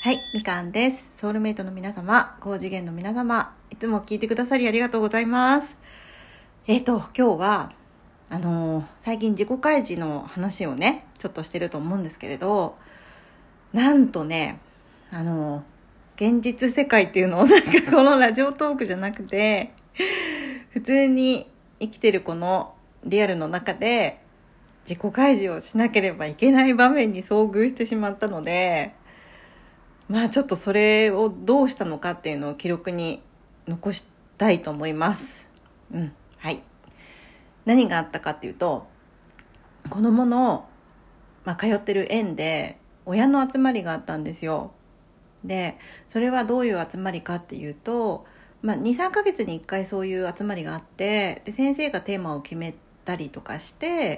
はい、みかんです。ソウルメイトの皆様、高次元の皆様、いつも聞いてくださりありがとうございます。今日は、最近自己開示の話をね、ちょっとしてると思うんですけれど、なんとね、現実世界っていうのをこのラジオトークじゃなくて、普通に生きてるこのリアルの中で、自己開示をしなければいけない場面に遭遇してしまったので、ちょっとそれをどうしたのかっていうのを記録に残したいと思います。はい。何があったかっていうと、子供の、通ってる園で親の集まりがあったんですよ。で、それはどういう集まりかっていうと、2、3ヶ月に1回そういう集まりがあって、で先生がテーマを決めたりとかして、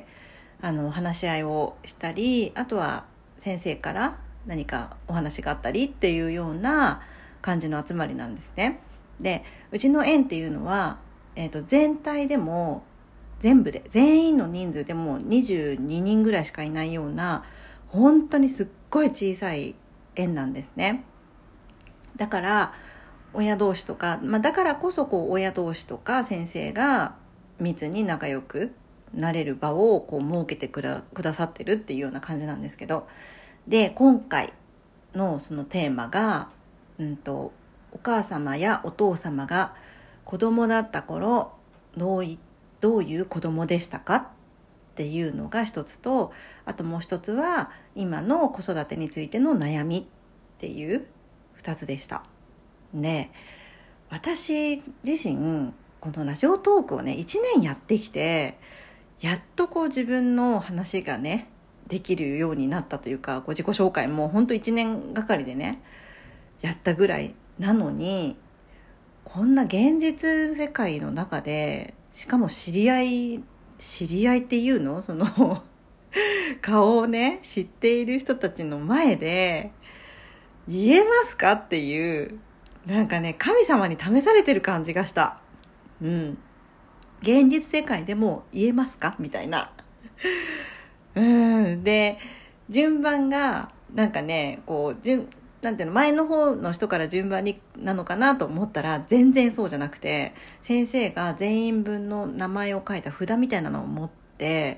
話し合いをしたり、あとは先生から何かお話があったりっていうような感じの集まりなんですね。で、うちの園っていうのは、全体でも全部で全員の人数でも22人ぐらいしかいないような本当にすっごい小さい園なんですね。だから親同士とか、だからこそ親同士とか先生が密に仲良くなれる場を設けてくださってるっていうような感じなんですけど、で今回のそのテーマが、お母様やお父様が子供だった頃どういう子供でしたかっていうのが一つと、あともう一つは今の子育てについての悩みっていう二つでした。で、私自身このラジオトークをね1年やってきて、やっと自分の話がねできるようになったというか、自己紹介も本当1年がかりでねやったぐらいなのに、こんな現実世界の中で、しかも知り合いっていうの、その顔をね知っている人たちの前で言えますかっていう、神様に試されてる感じがした。現実世界でも言えますかみたいな。で、順番がなんていうの、前の方の人から順番になのかなと思ったら全然そうじゃなくて、先生が全員分の名前を書いた札みたいなのを持って、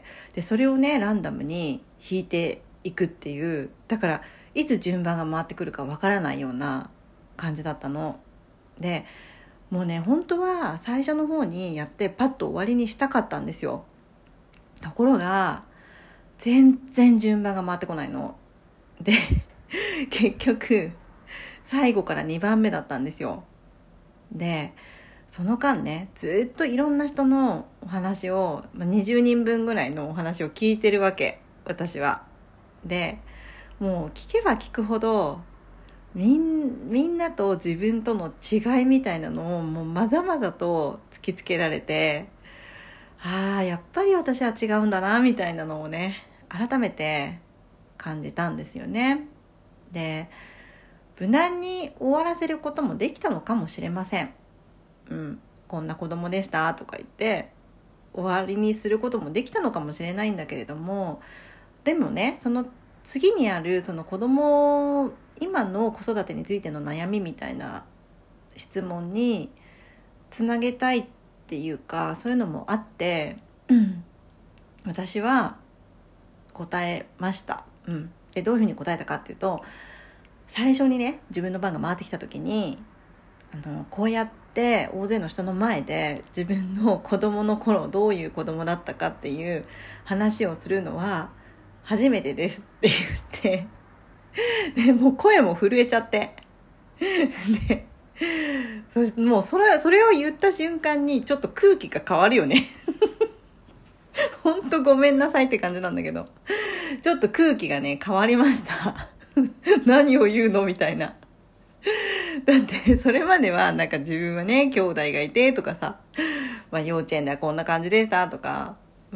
でそれをねランダムに引いていくっていう、だからいつ順番が回ってくるかわからないような感じだったので、もうね本当は最初の方にやってパッと終わりにしたかったんですよ。ところが全然順番が回ってこないので結局最後から2番目だったんですよ。でその間ねずっといろんな人のお話を、20人分ぐらいのお話を聞いてるわけ、私は。でもう聞けば聞くほどみんなと自分との違いみたいなのをもうまざまざと突きつけられて、やっぱり私は違うんだなみたいなのをね改めて感じたんですよね。で、無難に終わらせることもできたのかもしれません。こんな子供でしたとか言って終わりにすることもできたのかもしれないんだけれども、でもねその次にあるその今の子育てについての悩みみたいな質問につなげたいっていうか、そういうのもあって、私は答えました。でどういうふうに答えたかっていうと、最初にね自分の番が回ってきた時にこうやって大勢の人の前で自分の子供の頃どういう子供だったかっていう話をするのは初めてですって言ってでもう声も震えちゃってでもうそれを言った瞬間にちょっと空気が変わるよねほんとごめんなさいって感じなんだけど、ちょっと空気がね変わりました何を言うのみたいな。だってそれまでは自分はね兄弟がいてとかさ、幼稚園ではこんな感じでしたとか、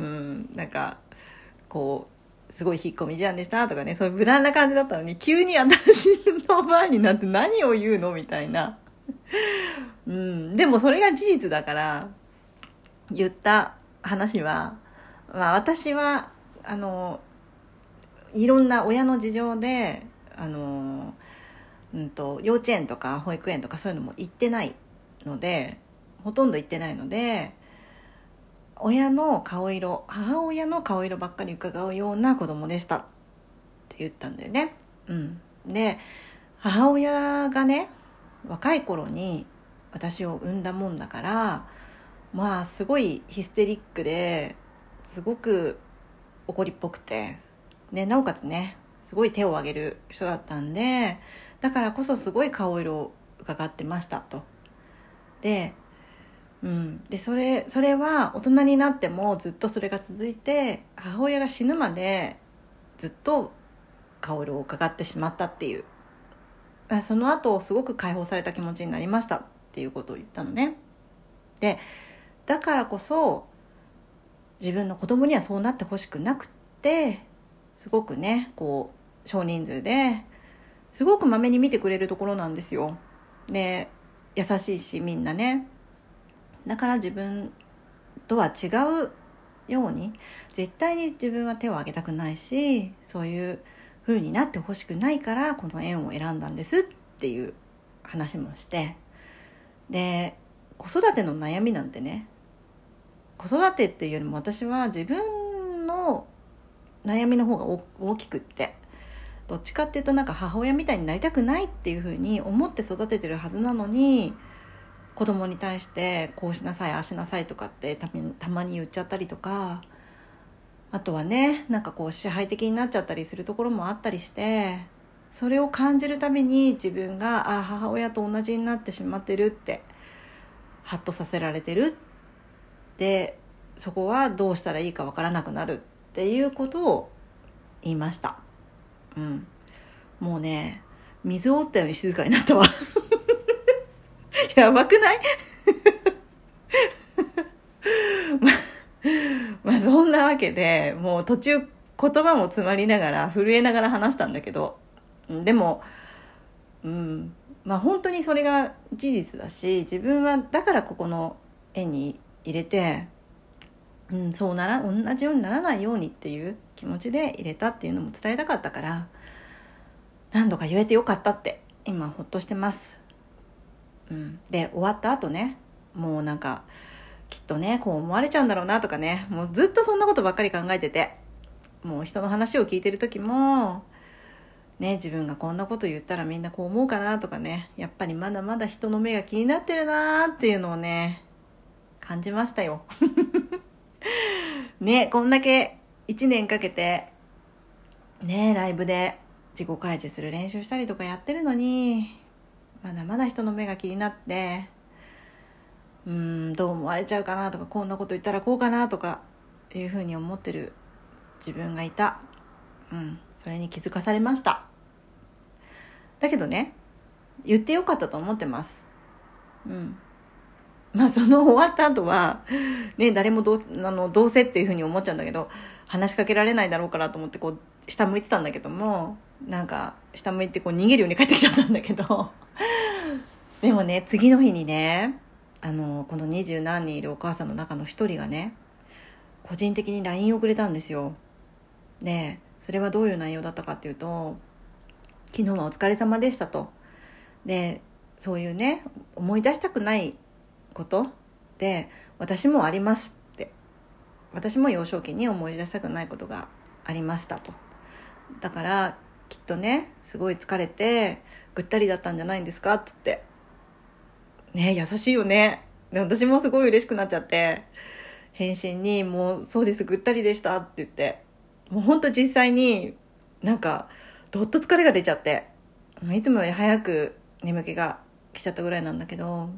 すごい引っ込み思案でしたとかね、そういう無難な感じだったのに、急に私の番になって何を言うのみたいな。でもそれが事実だから言った話は、私はいろんな親の事情で幼稚園とか保育園とかそういうのも行ってないので、ほとんど行ってないので、母親の顔色ばっかり伺うような子供でしたって言ったんだよね。で、母親がね、若い頃に私を産んだもんだから、まあすごいヒステリックですごく怒りっぽくて、でなおかつねすごい手を挙げる人だったんで、だからこそすごい顔色を伺ってましたと。で、それは大人になってもずっとそれが続いて、母親が死ぬまでずっと顔色を伺ってしまったっていう、その後すごく解放された気持ちになりましたっていうことを言ったのね。でだからこそ自分の子供にはそうなってほしくなくって、すごくねこう少人数ですごくまめに見てくれるところなんですよ。で優しいしみんなね、だから自分とは違うように絶対に自分は手を挙げたくないし、そういう風になってほしくないからこの縁を選んだんですっていう話もして、で子育ての悩みなんてね、子育てっていうよりも私は自分の悩みの方が大きくって、どっちかっていうとなんか母親みたいになりたくないっていう風に思って育ててるはずなのに、子供に対してこうしなさいああしなさいとかってたまに言っちゃったりとか、あとはねなんかこう支配的になっちゃったりするところもあったりして、それを感じるたびに自分が母親と同じになってしまってるってハッとさせられてるって、そこはどうしたらいいかわからなくなるっていうことを言いました。もうね水を打ったように静かになったわやばくないまあそんなわけで、もう途中言葉も詰まりながら震えながら話したんだけど、でもまあ本当にそれが事実だし、自分はだからここの絵に入れて、同じようにならないようにっていう気持ちで入れたっていうのも伝えたかったから、何度か言えてよかったって今ほっとしてます。で終わった後ね、もうなんかきっとねこう思われちゃうんだろうなとかね、もうずっとそんなことばっかり考えてて、もう人の話を聞いてる時もね、自分がこんなこと言ったらみんなこう思うかなとかね、やっぱりまだまだ人の目が気になってるなっていうのをね感じましたよね、こんだけ1年かけてねライブで自己開示する練習したりとかやってるのに、まだまだ人の目が気になって、どう思われちゃうかなとか、こんなこと言ったらこうかなとかいうふうに思ってる自分がいた。それに気づかされました。だけどね言ってよかったと思ってます。まあその終わった後はね、誰もどうせっていうふうに思っちゃうんだけど、話しかけられないだろうからと思ってこう下向いてたんだけども、なんか下向いてこう逃げるように帰ってきちゃったんだけどでもね次の日にねこの20何人いるお母さんの中の一人がね個人的に LINE をくれたんですよ。でそれはどういう内容だったかっていうと、昨日はお疲れ様でしたと。でそういうね思い出したくないことで私もありますって、私も幼少期に思い出したくないことがありましたと。だからきっとねすごい疲れてぐったりだったんじゃないんですかって言ってね、優しいよね。で私もすごい嬉しくなっちゃって、返信にもうそうですぐったりでしたって言って、もうほんと実際になんかどっと疲れが出ちゃって、いつもより早く眠気が来ちゃったぐらいなんだけど、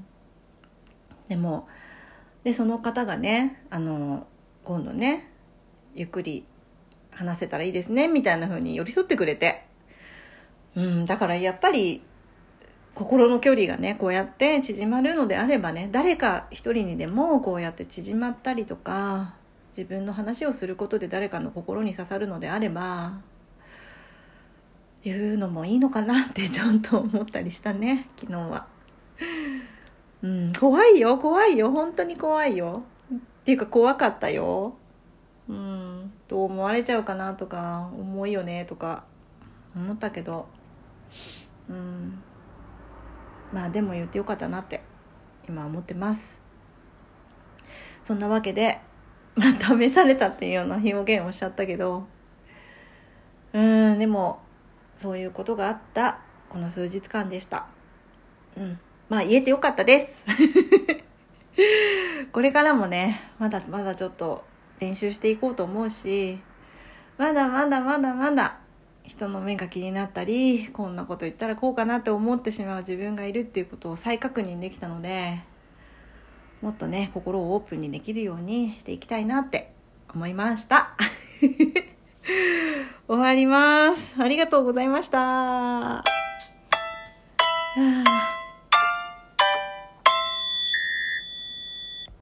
でその方がね今度ねゆっくり話せたらいいですねみたいな風に寄り添ってくれて、だからやっぱり心の距離がねこうやって縮まるのであればね、誰か一人にでもこうやって縮まったりとか、自分の話をすることで誰かの心に刺さるのであれば言うのもいいのかなってちょっと思ったりしたね昨日は。怖いよ本当に怖いよっていうか怖かったよ。どう思われちゃうかなとか重いよねとか思ったけど、 まあでも言ってよかったなって今思ってます。そんなわけで、試されたっていうような表現をしちゃったけど、でもそういうことがあったこの数日間でした。言えてよかったですこれからもね、まだまだちょっと練習していこうと思うし、まだまだ人の目が気になったり、こんなこと言ったらこうかなって思ってしまう自分がいるっていうことを再確認できたので、もっとね、心をオープンにできるようにしていきたいなって思いました終わります。ありがとうございました。